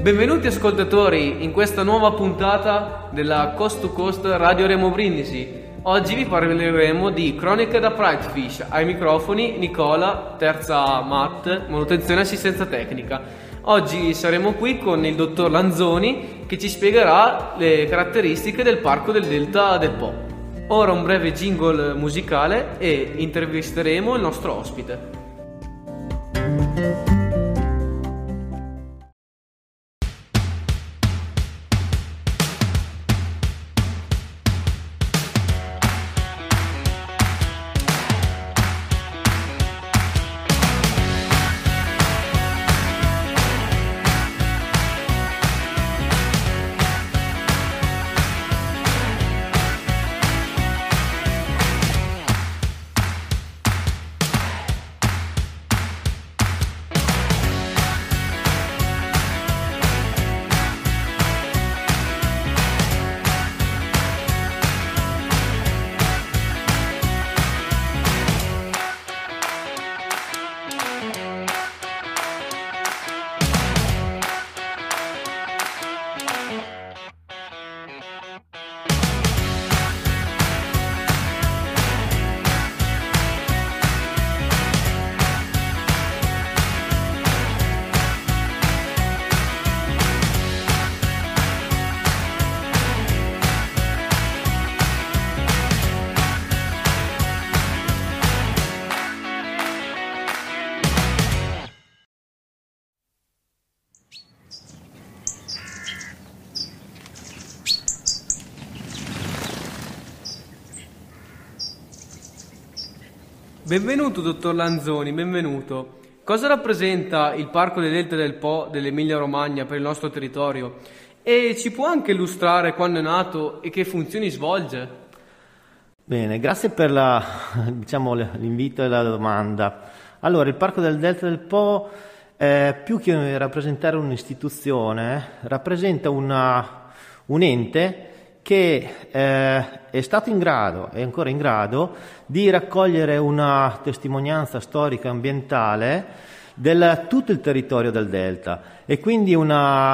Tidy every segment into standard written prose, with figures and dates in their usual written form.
Benvenuti ascoltatori in questa nuova puntata della Coast to Coast Radio Remo Brindisi. Oggi vi parleremo di Cronache da Pridefish. Ai microfoni Nicola, terza Matt, manutenzione e assistenza tecnica. Oggi saremo qui con il dottor Lanzoni che ci spiegherà le caratteristiche del parco del Delta del Po. Ora un breve jingle musicale e intervisteremo il nostro ospite. Benvenuto dottor Lanzoni, benvenuto. Cosa rappresenta il Parco del Delta del Po dell'Emilia Romagna per il nostro territorio? E ci può anche illustrare quando è nato e che funzioni svolge? Bene, grazie per l'invito e la domanda. Allora, il Parco del Delta del Po, più che rappresentare un'istituzione, rappresenta un ente che è stato in grado, è ancora in grado, di raccogliere una testimonianza storica ambientale di tutto il territorio del Delta e quindi è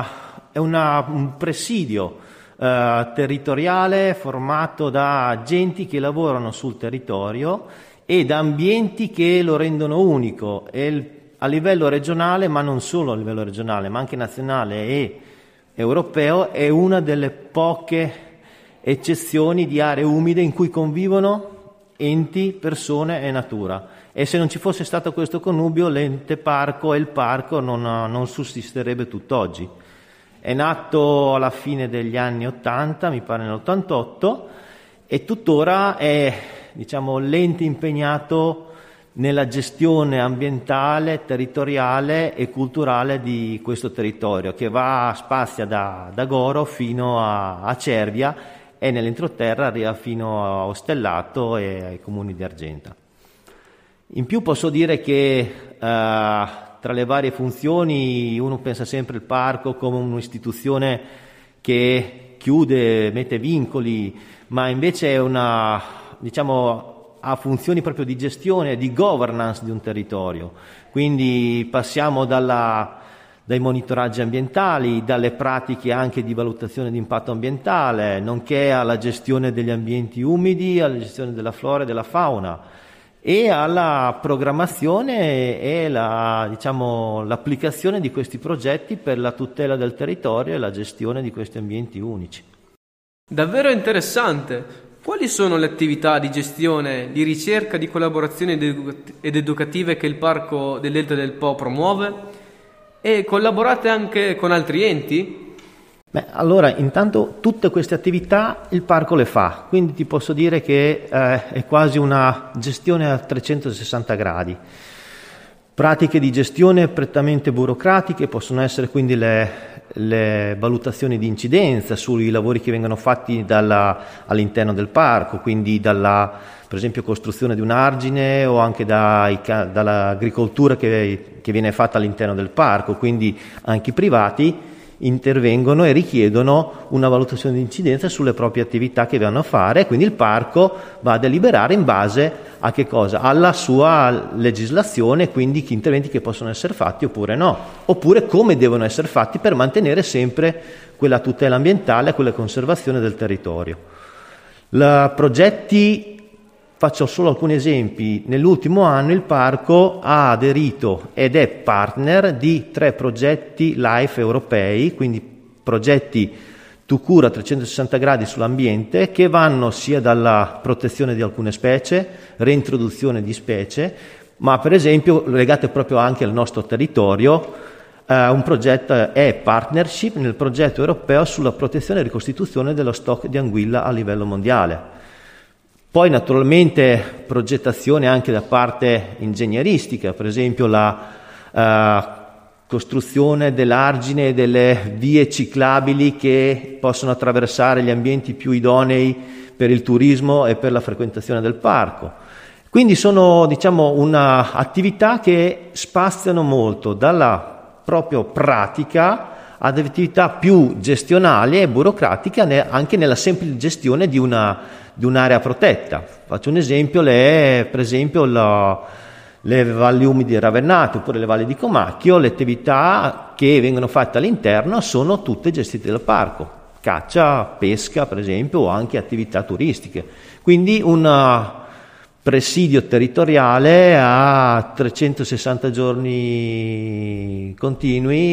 un presidio territoriale formato da genti che lavorano sul territorio e da ambienti che lo rendono unico a livello regionale, ma non solo a livello regionale, ma anche nazionale e europeo. È una delle poche eccezioni di aree umide in cui convivono enti, persone e natura, e se non ci fosse stato questo connubio l'ente parco e il parco non sussisterebbe tutt'oggi. È nato alla fine degli anni 80, mi pare nell'88, e tuttora è l'ente impegnato nella gestione ambientale, territoriale e culturale di questo territorio, che spazia da Goro fino a Cervia e nell'entroterra arriva fino a Ostellato e ai comuni di Argenta. In più posso dire che tra le varie funzioni uno pensa sempre al parco come un'istituzione che chiude, mette vincoli, ma invece ha funzioni proprio di gestione e di governance di un territorio. Quindi passiamo dai monitoraggi ambientali, dalle pratiche anche di valutazione di impatto ambientale, nonché alla gestione degli ambienti umidi, alla gestione della flora e della fauna e alla programmazione e l'applicazione di questi progetti per la tutela del territorio e la gestione di questi ambienti unici. Davvero interessante. Quali sono le attività di gestione, di ricerca, di collaborazione ed educative che il Parco del Delta del Po promuove? E collaborate anche con altri enti? Allora, intanto tutte queste attività il parco le fa, quindi ti posso dire che è quasi una gestione a 360 gradi. Pratiche di gestione prettamente burocratiche possono essere quindi le valutazioni di incidenza sui lavori che vengono fatti all'interno del parco, quindi per esempio costruzione di un argine o anche dall'agricoltura che viene fatta all'interno del parco, quindi anche i privati intervengono e richiedono una valutazione di incidenza sulle proprie attività che vanno a fare, e quindi il parco va a deliberare in base a che cosa? Alla sua legislazione, quindi che interventi che possono essere fatti oppure no, oppure come devono essere fatti per mantenere sempre quella tutela ambientale, quella conservazione del territorio. Progetti, faccio solo alcuni esempi. Nell'ultimo anno il parco ha aderito ed è partner di 3 progetti LIFE europei, quindi progetti tu cura a 360 gradi sull'ambiente, che vanno sia dalla protezione di alcune specie, reintroduzione di specie, ma per esempio legate proprio anche al nostro territorio. Un progetto è partnership nel progetto europeo sulla protezione e ricostituzione dello stock di anguilla a livello mondiale. Poi naturalmente progettazione anche da parte ingegneristica, per esempio la costruzione dell'argine delle vie ciclabili che possono attraversare gli ambienti più idonei per il turismo e per la frequentazione del parco. Quindi sono, diciamo, una attività che spaziano molto dalla proprio pratica ad attività più gestionali e burocratiche anche nella semplice gestione di un'area protetta. Faccio un esempio, per esempio le valli umidi ravennate oppure le valli di Comacchio, le attività che vengono fatte all'interno sono tutte gestite dal parco, caccia, pesca per esempio, o anche attività turistiche. Quindi un presidio territoriale a 360 giorni continui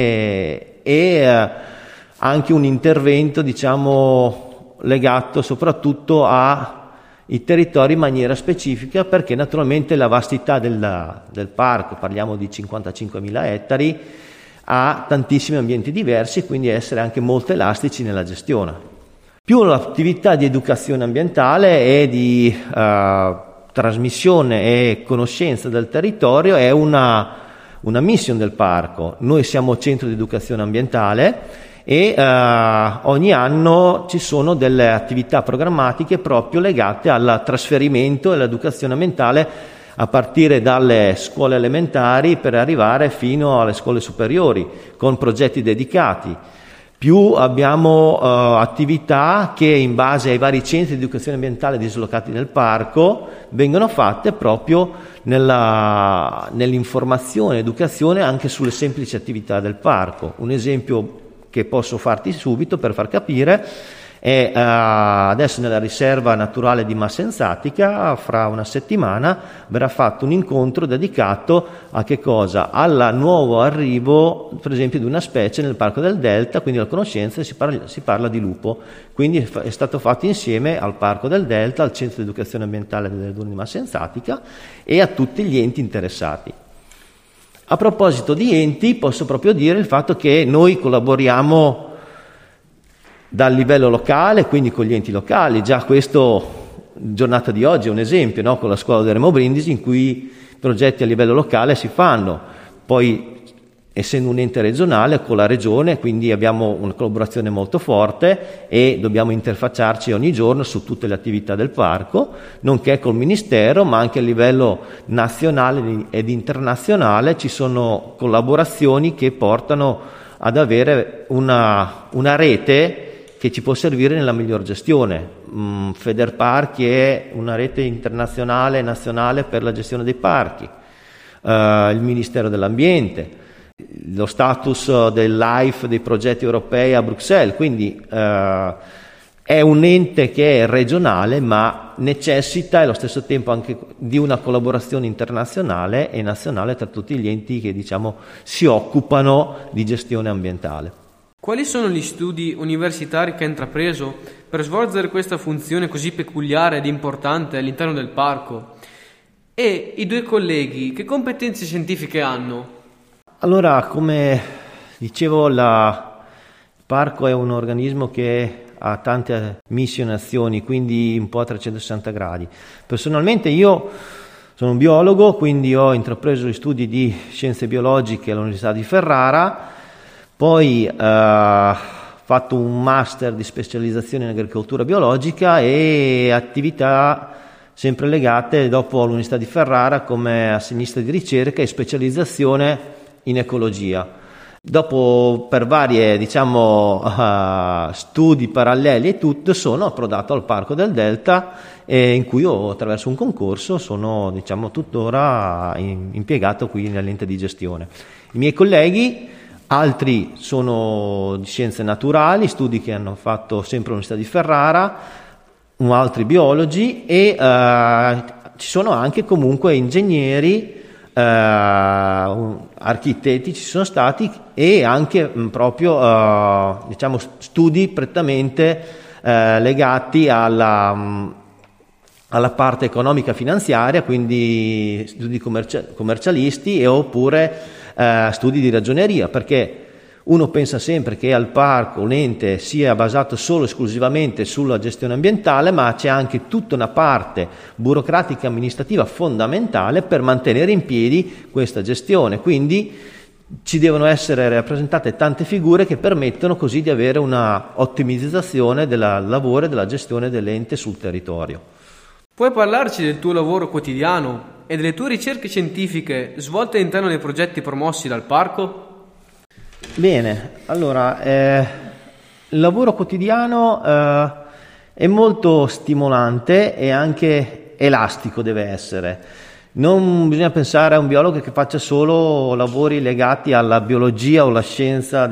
e anche un intervento, diciamo, legato soprattutto ai territori in maniera specifica, perché naturalmente la vastità del parco, parliamo di 55.000 ettari, ha tantissimi ambienti diversi, quindi essere anche molto elastici nella gestione. Più l'attività di educazione ambientale e di trasmissione e conoscenza del territorio è una mission del parco. Noi siamo centro di educazione ambientale e ogni anno ci sono delle attività programmatiche proprio legate al trasferimento e all'educazione ambientale a partire dalle scuole elementari per arrivare fino alle scuole superiori con progetti dedicati. Più abbiamo attività che in base ai vari centri di educazione ambientale dislocati nel parco vengono fatte proprio nell'informazione, educazione anche sulle semplici attività del parco. Un esempio che posso farti subito per far capire è adesso nella riserva naturale di Massa Enzatica, fra una settimana verrà fatto un incontro dedicato a che cosa? Al nuovo arrivo, per esempio, di una specie nel Parco del Delta, quindi la conoscenza, si parla di lupo, quindi è stato fatto insieme al Parco del Delta, al Centro di Educazione Ambientale delle Dune di Massa Enzatica e a tutti gli enti interessati. A proposito di enti, posso proprio dire il fatto che noi collaboriamo dal livello locale, quindi con gli enti locali. Già questo, giornata di oggi, è un esempio, no? Con la scuola di Remo Brindisi, in cui progetti a livello locale si fanno. Poi, essendo un ente regionale, con la regione, quindi abbiamo una collaborazione molto forte e dobbiamo interfacciarci ogni giorno su tutte le attività del parco, nonché col Ministero, ma anche a livello nazionale ed internazionale ci sono collaborazioni che portano ad avere una rete che ci può servire nella miglior gestione. Federparchi è una rete internazionale e nazionale per la gestione dei parchi, il Ministero dell'Ambiente, lo status del LIFE dei progetti europei a Bruxelles, quindi è un ente che è regionale ma necessita allo stesso tempo anche di una collaborazione internazionale e nazionale tra tutti gli enti che, diciamo, si occupano di gestione ambientale. Quali sono gli studi universitari che ha intrapreso per svolgere questa funzione così peculiare ed importante all'interno del parco? E i 2 colleghi che competenze scientifiche hanno? Allora, come dicevo, il parco è un organismo che ha tante missioni e azioni, quindi un po' a 360 gradi. Personalmente io sono un biologo, quindi ho intrapreso gli studi di scienze biologiche all'Università di Ferrara, poi fatto un master di specializzazione in agricoltura biologica e attività sempre legate dopo all'Università di Ferrara come assegnista di ricerca e specializzazione in ecologia. Dopo, per varie, studi paralleli e tutto, sono approdato al Parco del Delta, in cui io, attraverso un concorso, sono, tuttora impiegato qui nell'ente di gestione. I miei colleghi, altri sono di scienze naturali, studi che hanno fatto sempre all'Università di Ferrara, altri biologi, e ci sono anche comunque ingegneri, architetti ci sono stati, e anche proprio studi prettamente legati alla parte economica finanziaria, quindi studi commercialisti e oppure studi di ragioneria, perché uno pensa sempre che al parco un ente sia basato solo esclusivamente sulla gestione ambientale, ma c'è anche tutta una parte burocratica amministrativa fondamentale per mantenere in piedi questa gestione. Quindi ci devono essere rappresentate tante figure che permettono così di avere una ottimizzazione del lavoro e della gestione dell'ente sul territorio. Puoi parlarci del tuo lavoro quotidiano e delle tue ricerche scientifiche svolte all'interno dei progetti promossi dal parco? Bene, allora, il lavoro quotidiano è molto stimolante e anche elastico deve essere. Non bisogna pensare a un biologo che faccia solo lavori legati alla biologia o alla scienza,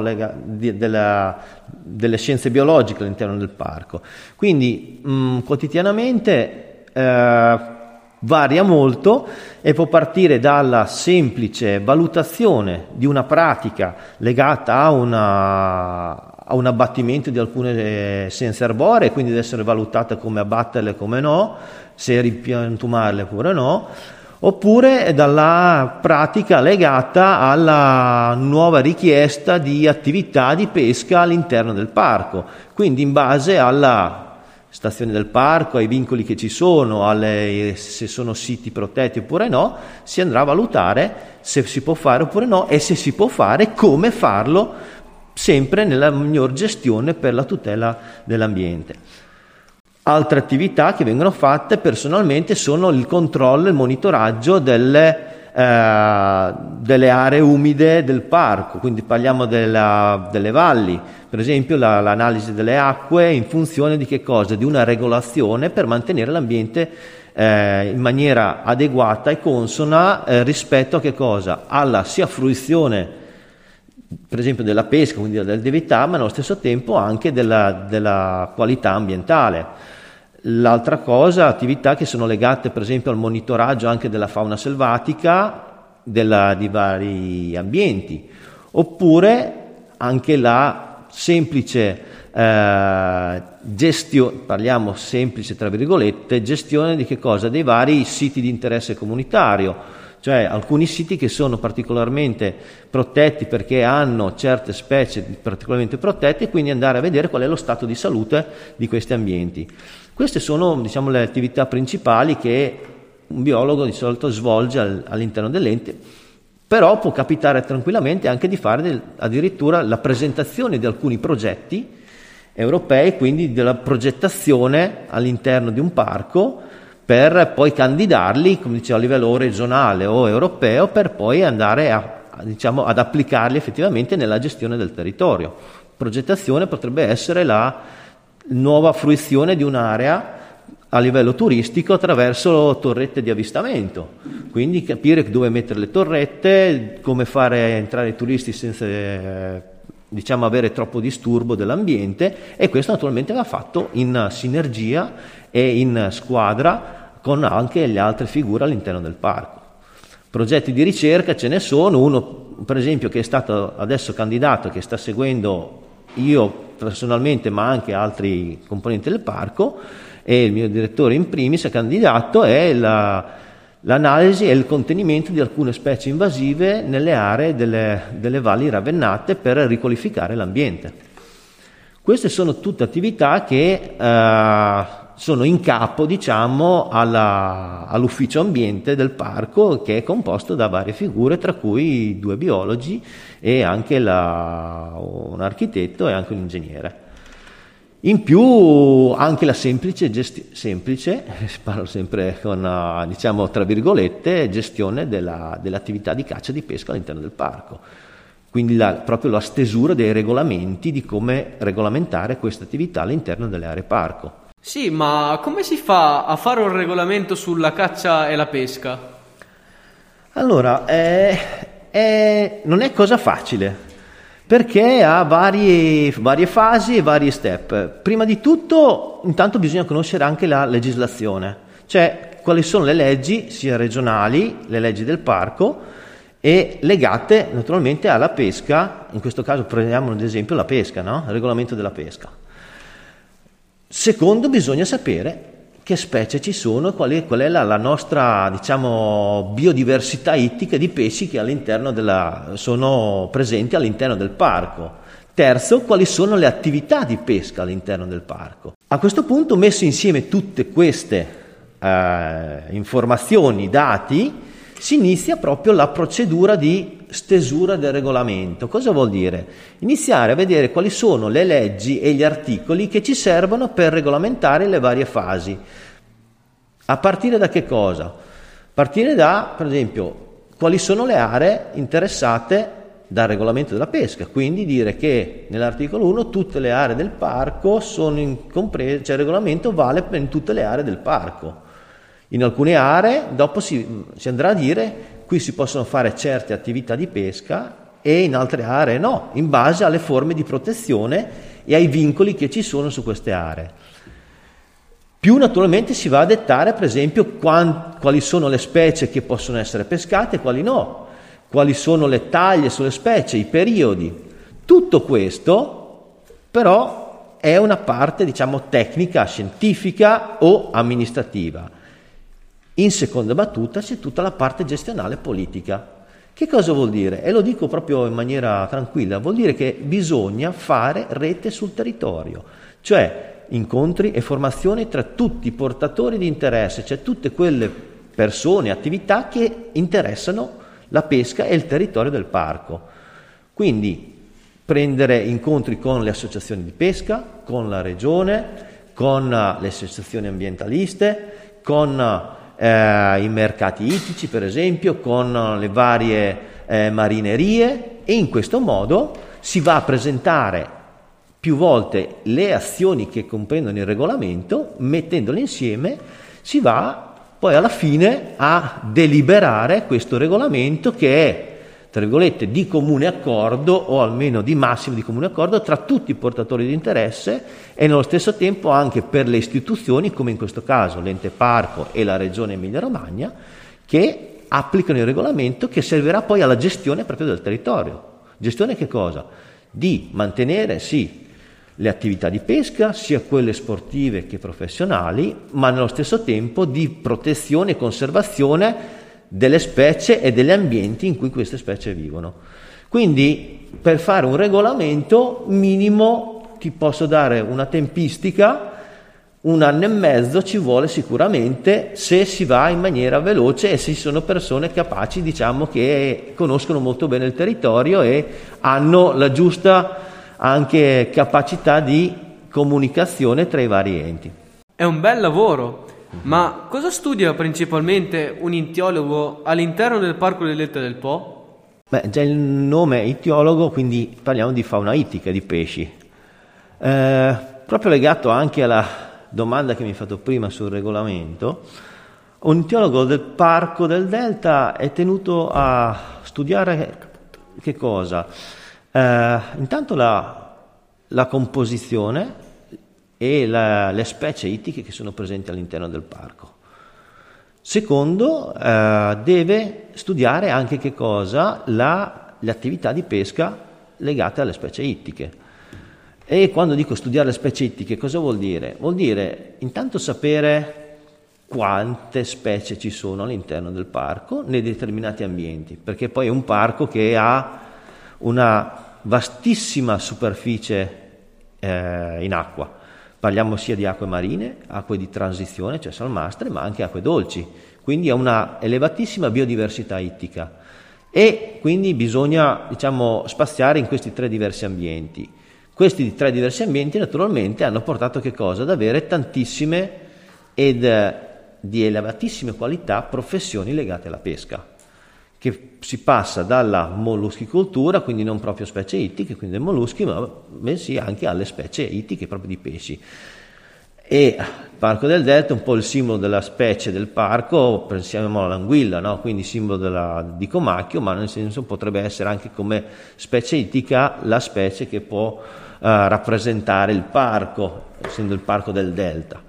delle scienze biologiche all'interno del parco. Quindi quotidianamente varia molto e può partire dalla semplice valutazione di una pratica legata a un abbattimento di alcune essenze arboree, quindi deve essere valutata come abbatterle, come no, se ripiantumarle oppure no, oppure dalla pratica legata alla nuova richiesta di attività di pesca all'interno del parco, quindi in base alla stazione del parco, ai vincoli che ci sono, se sono siti protetti oppure no, si andrà a valutare se si può fare oppure no, e se si può fare, come farlo, sempre nella miglior gestione per la tutela dell'ambiente. Altre attività che vengono fatte personalmente sono il controllo e il monitoraggio delle aree umide del parco, quindi parliamo delle valli, per esempio l'analisi delle acque in funzione di che cosa? Di una regolazione per mantenere l'ambiente in maniera adeguata e consona rispetto a che cosa? Alla sia fruizione, per esempio, della pesca, quindi della lievità, ma allo stesso tempo anche della qualità ambientale. L'altra cosa, attività che sono legate per esempio al monitoraggio anche della fauna selvatica di vari ambienti, oppure anche la semplice gestione, parliamo semplice tra virgolette, gestione di che cosa? Dei vari siti di interesse comunitario, cioè alcuni siti che sono particolarmente protetti perché hanno certe specie particolarmente protette, e quindi andare a vedere qual è lo stato di salute di questi ambienti. Queste sono, le attività principali che un biologo di solito svolge all'interno dell'ente, però può capitare tranquillamente anche di fare addirittura la presentazione di alcuni progetti europei, quindi della progettazione all'interno di un parco, per poi candidarli, come dicevo, a livello regionale o europeo, per poi andare ad applicarli effettivamente nella gestione del territorio. Progettazione potrebbe essere la nuova fruizione di un'area a livello turistico attraverso torrette di avvistamento, quindi capire dove mettere le torrette, come fare entrare i turisti senza avere troppo disturbo dell'ambiente, e questo naturalmente va fatto in sinergia e in squadra con anche le altre figure all'interno del parco. Progetti di ricerca ce ne sono, uno per esempio che è stato adesso candidato, che sta seguendo io personalmente ma anche altri componenti del parco e il mio direttore in primis è candidato, è l'analisi e il contenimento di alcune specie invasive nelle aree delle valli ravennate per riqualificare l'ambiente. Queste sono tutte attività che sono in capo, all'ufficio ambiente del parco, che è composto da varie figure, tra cui 2 biologi e anche un architetto e anche un ingegnere. In più anche la semplice, parlo sempre con, tra virgolette, gestione dell'attività di caccia e di pesca all'interno del parco. quindi proprio la stesura dei regolamenti di come regolamentare questa attività all'interno delle aree parco. Sì, ma come si fa a fare un regolamento sulla caccia e la pesca? Allora, non è cosa facile, perché ha varie fasi e vari step. Prima di tutto, intanto bisogna conoscere anche la legislazione, cioè quali sono le leggi, sia regionali, le leggi del parco, e legate naturalmente alla pesca. In questo caso prendiamo ad esempio la pesca, no? Il regolamento della pesca. Secondo, bisogna sapere che specie ci sono, qual è la nostra, diciamo, biodiversità ittica di pesci che sono presenti all'interno del parco. Terzo, quali sono le attività di pesca all'interno del parco. A questo punto, messo insieme tutte queste informazioni, dati, si inizia proprio la procedura di stesura del regolamento. Cosa vuol dire? Iniziare a vedere quali sono le leggi e gli articoli che ci servono per regolamentare le varie fasi. A partire da che cosa? A partire da, per esempio, quali sono le aree interessate dal regolamento della pesca, quindi dire che nell'articolo 1 tutte le aree del parco sono comprese, cioè il regolamento vale per tutte le aree del parco. In alcune aree dopo si andrà a dire qui si possono fare certe attività di pesca e in altre aree no, in base alle forme di protezione e ai vincoli che ci sono su queste aree. Più naturalmente si va a dettare, per esempio, quali sono le specie che possono essere pescate e quali no, quali sono le taglie sulle specie, i periodi. Tutto questo però è una parte, diciamo, tecnica, scientifica o amministrativa. In seconda battuta c'è tutta la parte gestionale politica. Che cosa vuol dire? E lo dico proprio in maniera tranquilla, vuol dire che bisogna fare rete sul territorio, cioè incontri e formazioni tra tutti i portatori di interesse, cioè tutte quelle persone, attività che interessano la pesca e il territorio del parco. Quindi prendere incontri con le associazioni di pesca, con la regione, con le associazioni ambientaliste, con i mercati ittici, per esempio, con le varie marinerie, e in questo modo si va a presentare più volte le azioni che comprendono il regolamento, mettendole insieme si va poi alla fine a deliberare questo regolamento che è, tra virgolette, di comune accordo o almeno di massimo di comune accordo tra tutti i portatori di interesse e nello stesso tempo anche per le istituzioni, come in questo caso l'ente parco e la regione Emilia-Romagna, che applicano il regolamento che servirà poi alla gestione proprio del territorio. Gestione che cosa? Di mantenere sì le attività di pesca, sia quelle sportive che professionali, ma nello stesso tempo di protezione e conservazione delle specie e degli ambienti in cui queste specie vivono. Quindi per fare un regolamento minimo ti posso dare una tempistica, 1 anno e mezzo ci vuole sicuramente, se si va in maniera veloce e se ci sono persone capaci, diciamo, che conoscono molto bene il territorio e hanno la giusta anche capacità di comunicazione tra i vari enti. È un bel lavoro. Ma cosa studia principalmente un ittiologo all'interno del Parco del Delta del Po? Beh, già il nome è ittiologo, quindi parliamo di fauna ittica, di pesci. Proprio legato anche alla domanda che mi hai fatto prima sul regolamento, un ittiologo del Parco del Delta è tenuto a studiare che cosa? Intanto la composizione e le specie ittiche che sono presenti all'interno del parco. Secondo, deve studiare anche che cosa? Le attività di pesca legate alle specie ittiche. E quando dico studiare le specie ittiche, cosa vuol dire? Vuol dire intanto sapere quante specie ci sono all'interno del parco nei determinati ambienti, perché poi è un parco che ha una vastissima superficie in acqua. Parliamo sia di acque marine, acque di transizione, cioè salmastre, ma anche acque dolci, quindi ha una elevatissima biodiversità ittica e quindi bisogna, diciamo, spaziare in questi 3 diversi ambienti. Questi 3 diversi ambienti naturalmente hanno portato che cosa? Ad avere tantissime ed di elevatissime qualità professioni legate alla pesca, che si passa dalla molluschicoltura, quindi non proprio specie ittiche, quindi dei molluschi, ma bensì anche alle specie ittiche proprio di pesci. E il parco del delta è un po' il simbolo della specie del parco, pensiamo all'anguilla, no? Quindi simbolo di Comacchio, ma nel senso potrebbe essere anche come specie ittica la specie che può rappresentare il parco, essendo il parco del delta.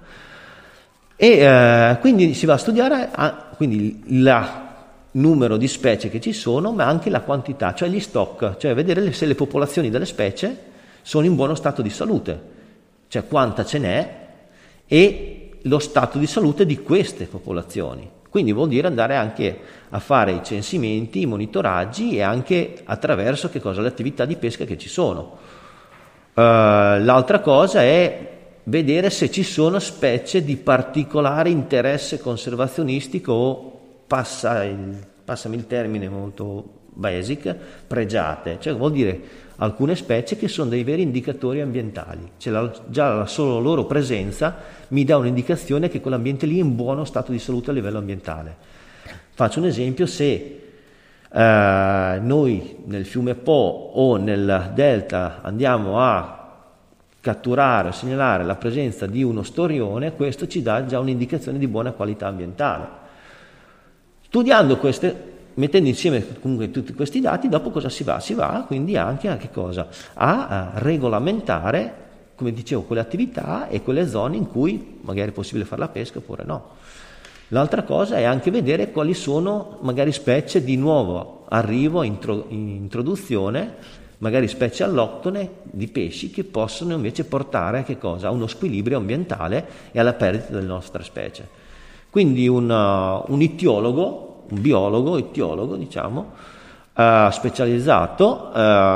E quindi si va a studiare quindi il numero di specie che ci sono, ma anche la quantità, cioè gli stock, cioè vedere se le popolazioni delle specie sono in buono stato di salute, cioè quanta ce n'è e lo stato di salute di queste popolazioni. Quindi vuol dire andare anche a fare i censimenti, i monitoraggi e anche attraverso le attività di pesca che ci sono. L'altra cosa è vedere se ci sono specie di particolare interesse conservazionistico o passami il termine molto basic, pregiate, cioè vuol dire alcune specie che sono dei veri indicatori ambientali, cioè già la solo loro presenza mi dà un'indicazione che quell'ambiente lì è in buono stato di salute a livello ambientale. Faccio un esempio: se noi nel fiume Po o nel delta andiamo a catturare o segnalare la presenza di uno storione, questo ci dà già un'indicazione di buona qualità ambientale. Studiando mettendo insieme comunque tutti questi dati, dopo cosa si va? Si va quindi anche a che cosa? A regolamentare, come dicevo, quelle attività e quelle zone in cui magari è possibile fare la pesca oppure no. L'altra cosa è anche vedere quali sono magari specie di nuovo arrivo, introduzione, magari specie alloctone di pesci che possono invece portare a che cosa? A uno squilibrio ambientale e alla perdita delle nostre specie. Quindi un ittiologo, un biologo, ittiologo diciamo, specializzato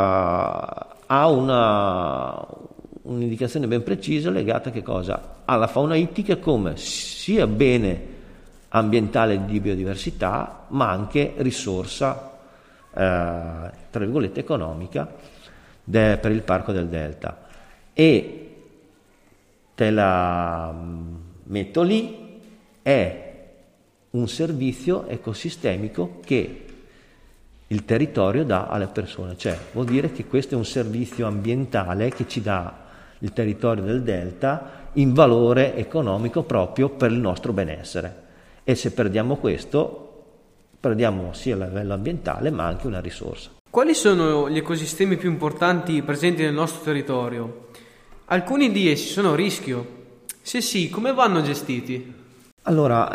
ha un'indicazione ben precisa legata a che cosa? Alla fauna ittica come sia bene ambientale di biodiversità, ma anche risorsa tra virgolette economica per il parco del delta. E te la metto lì, è un servizio ecosistemico che il territorio dà alle persone, cioè vuol dire che questo è un servizio ambientale che ci dà il territorio del delta in valore economico proprio per il nostro benessere, e se perdiamo questo perdiamo sia a livello ambientale ma anche una risorsa. Quali sono gli ecosistemi più importanti presenti nel nostro territorio? Alcuni di essi sono a rischio? Se sì, come vanno gestiti? Allora,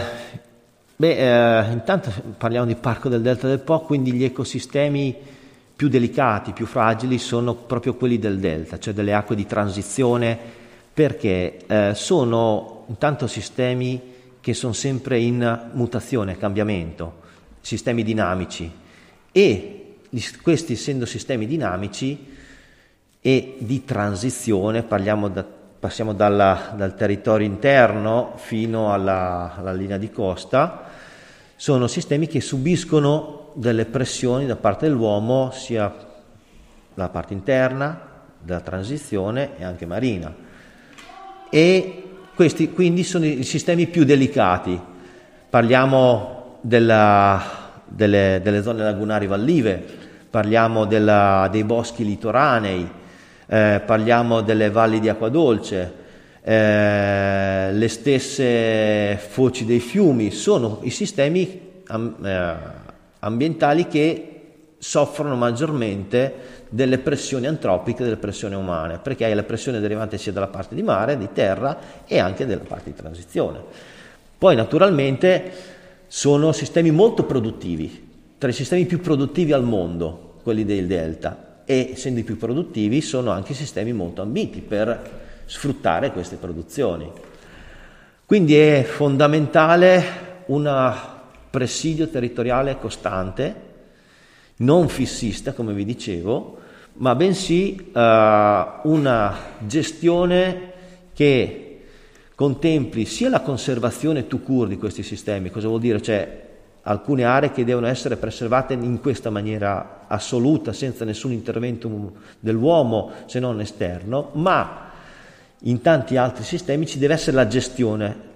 intanto parliamo di Parco del Delta del Po, quindi gli ecosistemi più delicati, più fragili sono proprio quelli del delta, cioè delle acque di transizione, perché sono intanto sistemi che sono sempre in mutazione, cambiamento, sistemi dinamici, e questi essendo sistemi dinamici e di transizione, passiamo dal territorio interno fino alla linea di costa, sono sistemi che subiscono delle pressioni da parte dell'uomo, sia dalla parte interna, della transizione e anche marina. E questi quindi sono i sistemi più delicati. Parliamo delle zone lagunari vallive, parliamo dei boschi litoranei, parliamo delle valli di acqua dolce, le stesse foci dei fiumi, sono i sistemi ambientali che soffrono maggiormente delle pressioni antropiche, delle pressioni umane, perché hai la pressione derivante sia dalla parte di mare, di terra e anche dalla parte di transizione. Poi naturalmente sono sistemi molto produttivi, tra i sistemi più produttivi al mondo, quelli del delta, e essendo i più produttivi sono anche sistemi molto ambiti per sfruttare queste produzioni. Quindi è fondamentale un presidio territoriale costante, non fissista come vi dicevo, ma bensì una gestione che contempli sia la conservazione tout court di questi sistemi. Cosa vuol dire? Cioè alcune aree che devono essere preservate in questa maniera assoluta, senza nessun intervento dell'uomo se non esterno, ma in tanti altri sistemi ci deve essere la gestione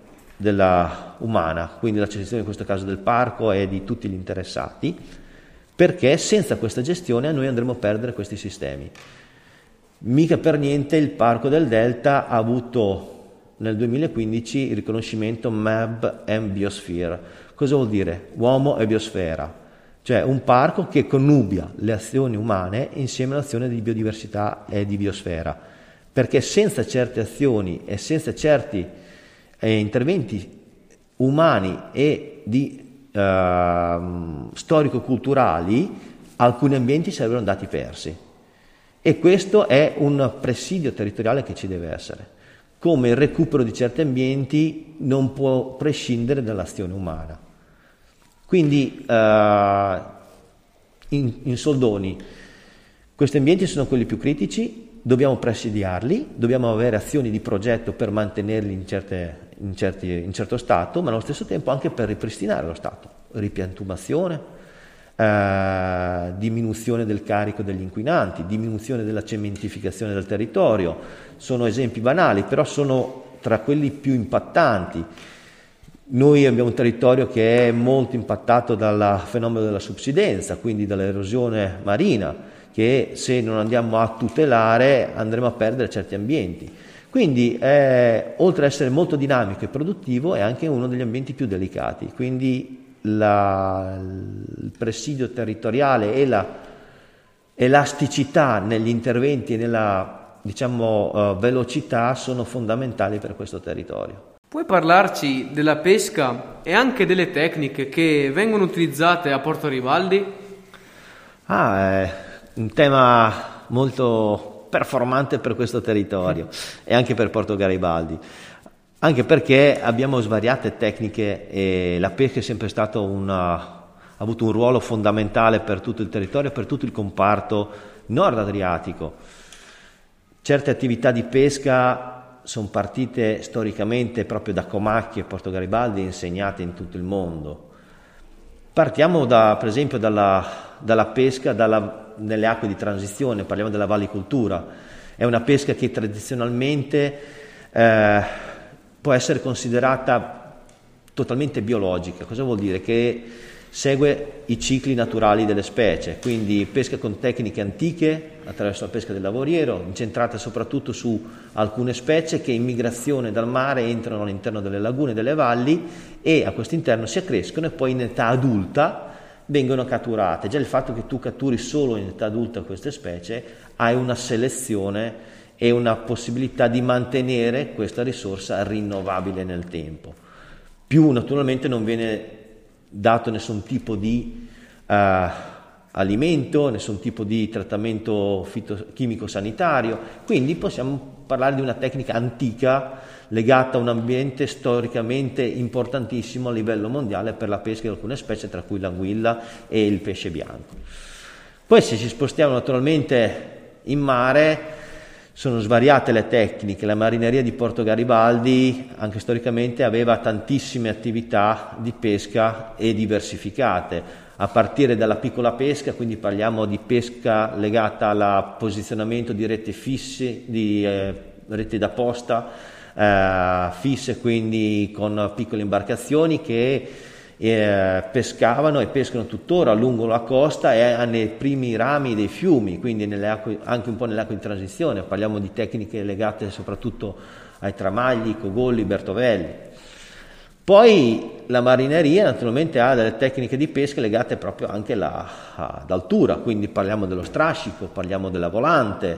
della umana, quindi l'accettazione in questo caso del parco e di tutti gli interessati, perché senza questa gestione noi andremo a perdere questi sistemi. Mica per niente il Parco del Delta ha avuto nel 2015 il riconoscimento MAB and Biosphere. Cosa vuol dire? Uomo e biosfera, cioè un parco che connubia le azioni umane insieme all'azione di biodiversità e di biosfera, perché senza certe azioni e senza certi interventi umani e di storico-culturali, alcuni ambienti sarebbero andati persi. E questo è un presidio territoriale che ci deve essere. Come il recupero di certi ambienti non può prescindere dall'azione umana. Quindi, in soldoni, questi ambienti sono quelli più critici, dobbiamo presidiarli, dobbiamo avere azioni di progetto per mantenerli in certo stato, ma allo stesso tempo anche per ripristinare lo stato, ripiantumazione, diminuzione del carico degli inquinanti, diminuzione della cementificazione del territorio. Sono esempi banali, però sono tra quelli più impattanti. Noi abbiamo un territorio che è molto impattato dal fenomeno della subsidenza, quindi dall'erosione marina, che se non andiamo a tutelare andremo a perdere certi ambienti. Quindi oltre ad essere molto dinamico e produttivo, è anche uno degli ambienti più delicati. Quindi il presidio territoriale e l'elasticità negli interventi e nella velocità sono fondamentali per questo territorio. Puoi parlarci della pesca e anche delle tecniche che vengono utilizzate a Porto Garibaldi? È un tema molto performante per questo territorio e anche per Porto Garibaldi. Anche perché abbiamo svariate tecniche e la pesca è sempre stato ha avuto un ruolo fondamentale per tutto il territorio, per tutto il comparto nord adriatico. Certe attività di pesca sono partite storicamente proprio da Comacchio e Porto Garibaldi e insegnate in tutto il mondo. Partiamo per esempio dalla pesca nelle acque di transizione, parliamo della vallicoltura. È una pesca che tradizionalmente può essere considerata totalmente biologica. Cosa vuol dire? Che segue i cicli naturali delle specie, quindi pesca con tecniche antiche attraverso la pesca del lavoriero, incentrata soprattutto su alcune specie che in migrazione dal mare entrano all'interno delle lagune e delle valli e a questo interno si accrescono e poi in età adulta vengono catturate. Già il fatto che tu catturi solo in età adulta queste specie hai una selezione e una possibilità di mantenere questa risorsa rinnovabile nel tempo. Più naturalmente non viene dato nessun tipo di alimento, nessun tipo di trattamento chimico sanitario, quindi possiamo parlare di una tecnica antica legata a un ambiente storicamente importantissimo a livello mondiale per la pesca di alcune specie, tra cui l'anguilla e il pesce bianco. Poi se ci spostiamo naturalmente in mare, sono svariate le tecniche. La marineria di Porto Garibaldi anche storicamente aveva tantissime attività di pesca e diversificate, a partire dalla piccola pesca, quindi parliamo di pesca legata al posizionamento di reti fisse, di reti da posta fisse, quindi con piccole imbarcazioni che pescavano e pescano tuttora lungo la costa e nei primi rami dei fiumi, quindi nelle acque, anche un po' nelle acque di transizione. Parliamo di tecniche legate soprattutto ai tramagli, cogolli, bertovelli. Poi la marineria naturalmente ha delle tecniche di pesca legate proprio anche ad altura, quindi parliamo dello strascico, parliamo della volante,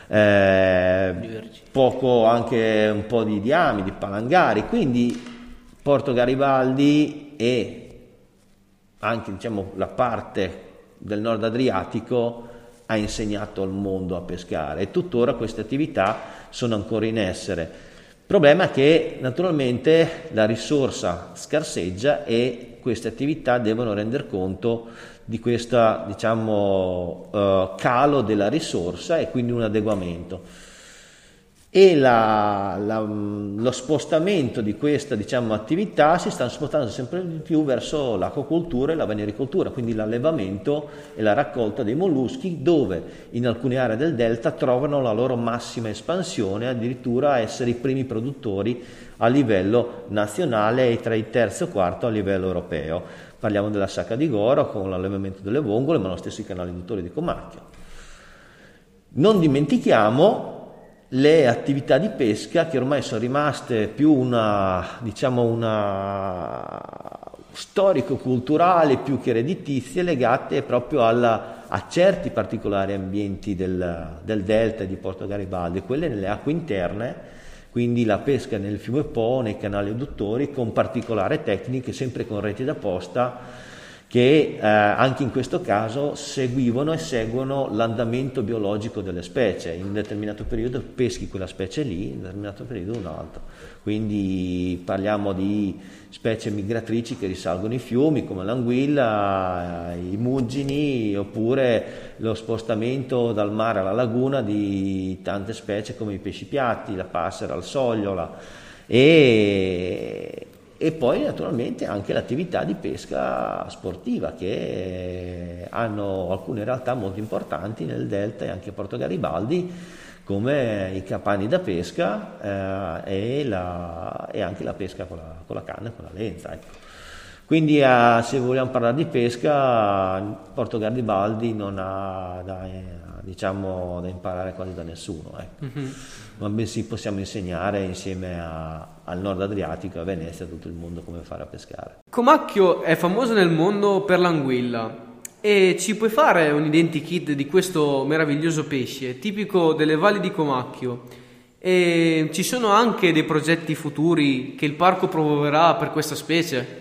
poco anche un po' di diami, di palangari. Quindi Porto Garibaldi e anche la parte del nord Adriatico ha insegnato al mondo a pescare e tuttora queste attività sono ancora in essere. Il problema è che naturalmente la risorsa scarseggia e queste attività devono render conto di questo calo della risorsa e quindi un adeguamento. e lo spostamento di questa, diciamo, attività si sta spostando sempre di più verso l'acquacoltura e la venericoltura, quindi l'allevamento e la raccolta dei molluschi, dove in alcune aree del delta trovano la loro massima espansione, addirittura essere i primi produttori a livello nazionale e tra i terzo e quarto a livello europeo. Parliamo della Sacca di Goro con l'allevamento delle vongole, ma lo stesso i canali induttori di Comacchio. Non dimentichiamo le attività di pesca che ormai sono rimaste più una storico-culturali più che redditizie, legate proprio a certi particolari ambienti del delta di Porto Garibaldi, quelle nelle acque interne, quindi la pesca nel fiume Po, nei canali induttori, con particolari tecniche, sempre con reti da posta, che anche in questo caso seguivano e seguono l'andamento biologico delle specie. In un determinato periodo peschi quella specie lì, in un determinato periodo un altro. Quindi parliamo di specie migratrici che risalgono i fiumi, come l'anguilla, i muggini, oppure lo spostamento dal mare alla laguna di tante specie come i pesci piatti, la passera, il sogliola, e poi naturalmente anche l'attività di pesca sportiva, che hanno alcune realtà molto importanti nel delta e anche a Porto Garibaldi, come i capanni da pesca e anche la pesca con la canna e con la lenza, ecco. Quindi se vogliamo parlare di pesca, Porto Garibaldi non ha da imparare quasi da nessuno, ecco. Mm-hmm. Ma bensì possiamo insegnare insieme al Nord Adriatico, a Venezia, a tutto il mondo come fare a pescare. Comacchio è famoso nel mondo per l'anguilla, e ci puoi fare un identikit di questo meraviglioso pesce tipico delle valli di Comacchio? E ci sono anche dei progetti futuri che il parco promuoverà per questa specie?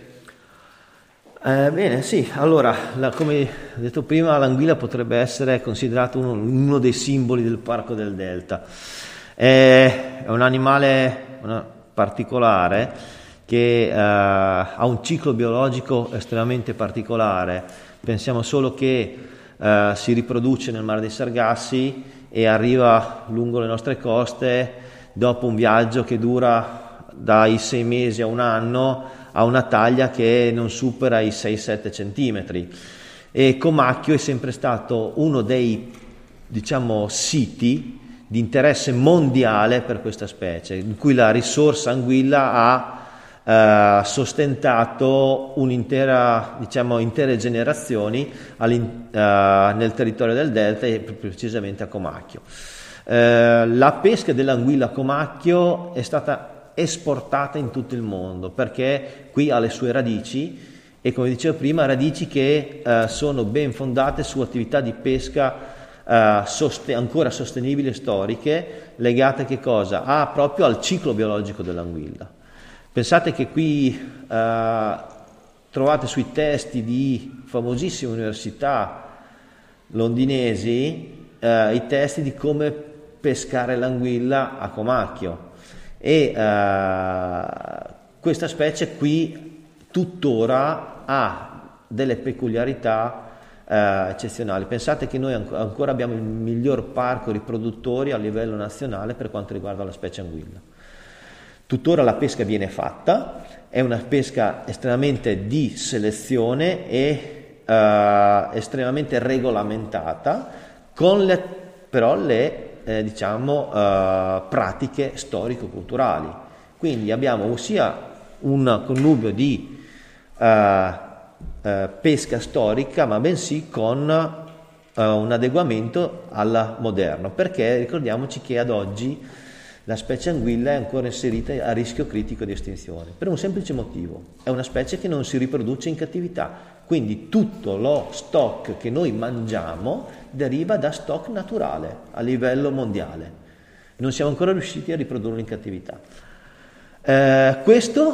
Bene, sì, allora, come ho detto prima, l'anguilla potrebbe essere considerato uno dei simboli del Parco del Delta. È un animale particolare che ha un ciclo biologico estremamente particolare. Pensiamo solo che si riproduce nel mare dei Sargassi e arriva lungo le nostre coste dopo un viaggio che dura dai 6 mesi a un anno, ha una taglia che non supera i 6-7 centimetri, e Comacchio è sempre stato uno dei, diciamo, siti di interesse mondiale per questa specie, in cui la risorsa anguilla ha sostentato intere generazioni nel territorio del delta e più precisamente a Comacchio. La pesca dell'anguilla a Comacchio è stata esportata in tutto il mondo, perché qui ha le sue radici, e come dicevo prima, radici che sono ben fondate su attività di pesca ancora sostenibili e storiche, legate a che cosa? Proprio al ciclo biologico dell'anguilla. Pensate che qui trovate sui testi di famosissime università londinesi i testi di come pescare l'anguilla a Comacchio, e questa specie qui tuttora ha delle peculiarità eccezionali. Pensate che noi ancora abbiamo il miglior parco riproduttori a livello nazionale per quanto riguarda la specie anguilla. Tuttora la pesca viene fatta, è una pesca estremamente di selezione e estremamente regolamentata, con le pratiche storico-culturali. Quindi abbiamo sia un connubio di pesca storica, ma bensì con un adeguamento alla moderno, perché ricordiamoci che ad oggi la specie anguilla è ancora inserita a rischio critico di estinzione, per un semplice motivo: è una specie che non si riproduce in cattività, quindi tutto lo stock che noi mangiamo deriva da stock naturale a livello mondiale, non siamo ancora riusciti a riprodurlo in cattività. Questo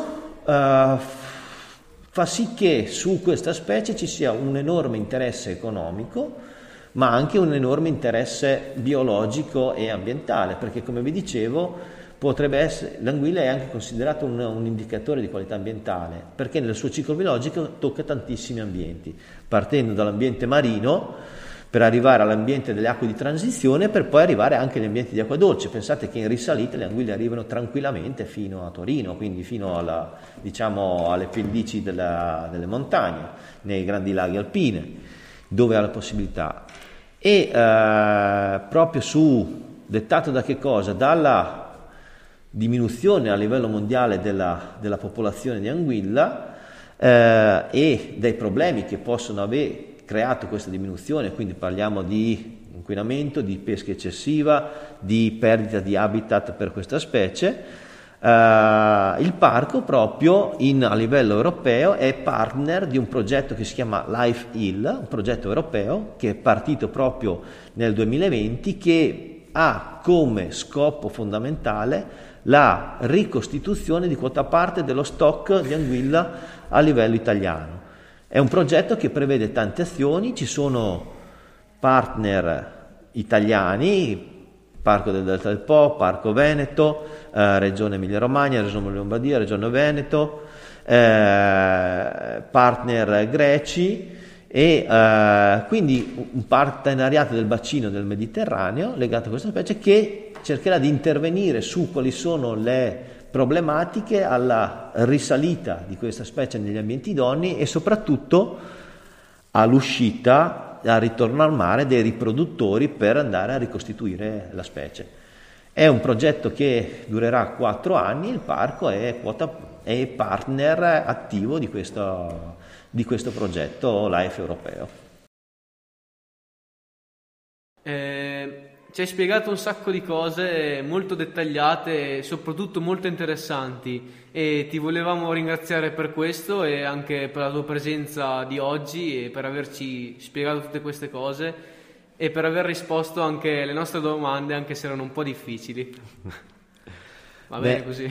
fa sì che su questa specie ci sia un enorme interesse economico, ma anche un enorme interesse biologico e ambientale, perché, come vi dicevo, potrebbe essere, l'anguilla è anche considerato un indicatore di qualità ambientale, perché nel suo ciclo biologico tocca tantissimi ambienti, partendo dall'ambiente marino, per arrivare all'ambiente delle acque di transizione, per poi arrivare anche agli ambienti di acqua dolce. Pensate che in risalita le anguille arrivano tranquillamente fino a Torino, quindi fino alle pendici delle montagne, nei grandi laghi alpini, dove ha la possibilità. E proprio dettato da che cosa? Dalla diminuzione a livello mondiale della popolazione di anguilla e dai problemi che possono aver creato questa diminuzione, quindi parliamo di inquinamento, di pesca eccessiva, di perdita di habitat per questa specie. Il parco proprio a livello europeo è partner di un progetto che si chiama Life Hill, un progetto europeo che è partito proprio nel 2020, che ha come scopo fondamentale la ricostituzione di quota parte dello stock di anguilla a livello italiano. È un progetto che prevede tante azioni, ci sono partner italiani, Parco del Delta del Po, Parco Veneto, Regione Emilia-Romagna, Regione Lombardia, Regione Veneto, partner greci e quindi un partenariato del bacino del Mediterraneo legato a questa specie che cercherà di intervenire su quali sono le problematiche alla risalita di questa specie negli ambienti idonei e soprattutto all'uscita, al ritorno al mare dei riproduttori per andare a ricostituire la specie. È un progetto che durerà 4 anni, il parco è partner attivo di questo progetto LIFE europeo. Ci hai spiegato un sacco di cose molto dettagliate e soprattutto molto interessanti e ti volevamo ringraziare per questo e anche per la tua presenza di oggi e per averci spiegato tutte queste cose e per aver risposto anche alle nostre domande, anche se erano un po' difficili. Va bene così.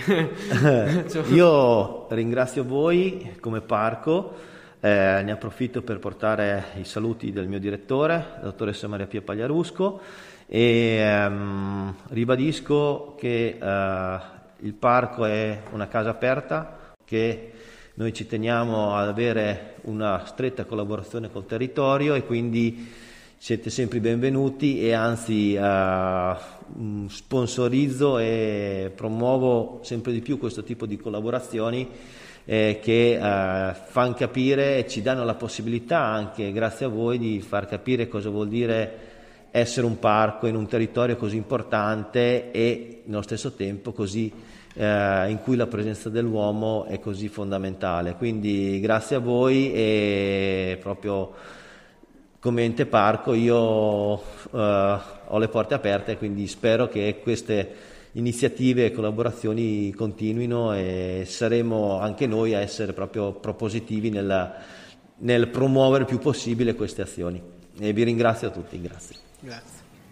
Io ringrazio voi come parco. Ne approfitto per portare i saluti del mio direttore, la dottoressa Maria Pia Pagliarusco, e ribadisco che il parco è una casa aperta, che noi ci teniamo ad avere una stretta collaborazione col territorio e quindi siete sempre benvenuti e anzi sponsorizzo e promuovo sempre di più questo tipo di collaborazioni che fanno capire e ci danno la possibilità anche grazie a voi di far capire cosa vuol dire essere un parco in un territorio così importante e nello stesso tempo così in cui la presenza dell'uomo è così fondamentale. Quindi grazie a voi e proprio come ente parco io ho le porte aperte, quindi spero che queste iniziative e collaborazioni continuino e saremo anche noi a essere proprio propositivi nel promuovere il più possibile queste azioni. E vi ringrazio a tutti, grazie. Grazie.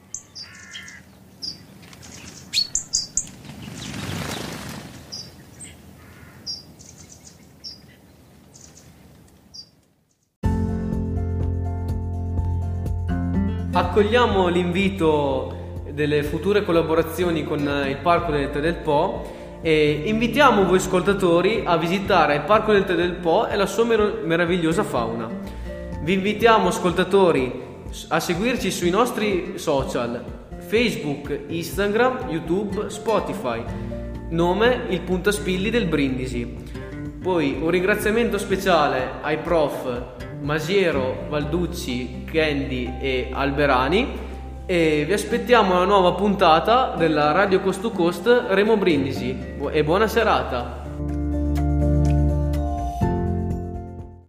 Accogliamo l'invito delle future collaborazioni con il Parco del Delta del Po e invitiamo voi ascoltatori a visitare il Parco del Delta del Po e la sua meravigliosa fauna. Vi invitiamo ascoltatori a seguirci sui nostri social Facebook, Instagram, YouTube, Spotify, nome il Puntaspilli del Brindisi. Poi un ringraziamento speciale ai prof Masiero, Valducci, Candy e Alberani e vi aspettiamo alla nuova puntata della Radio Coast to Coast Remo Brindisi e buona serata.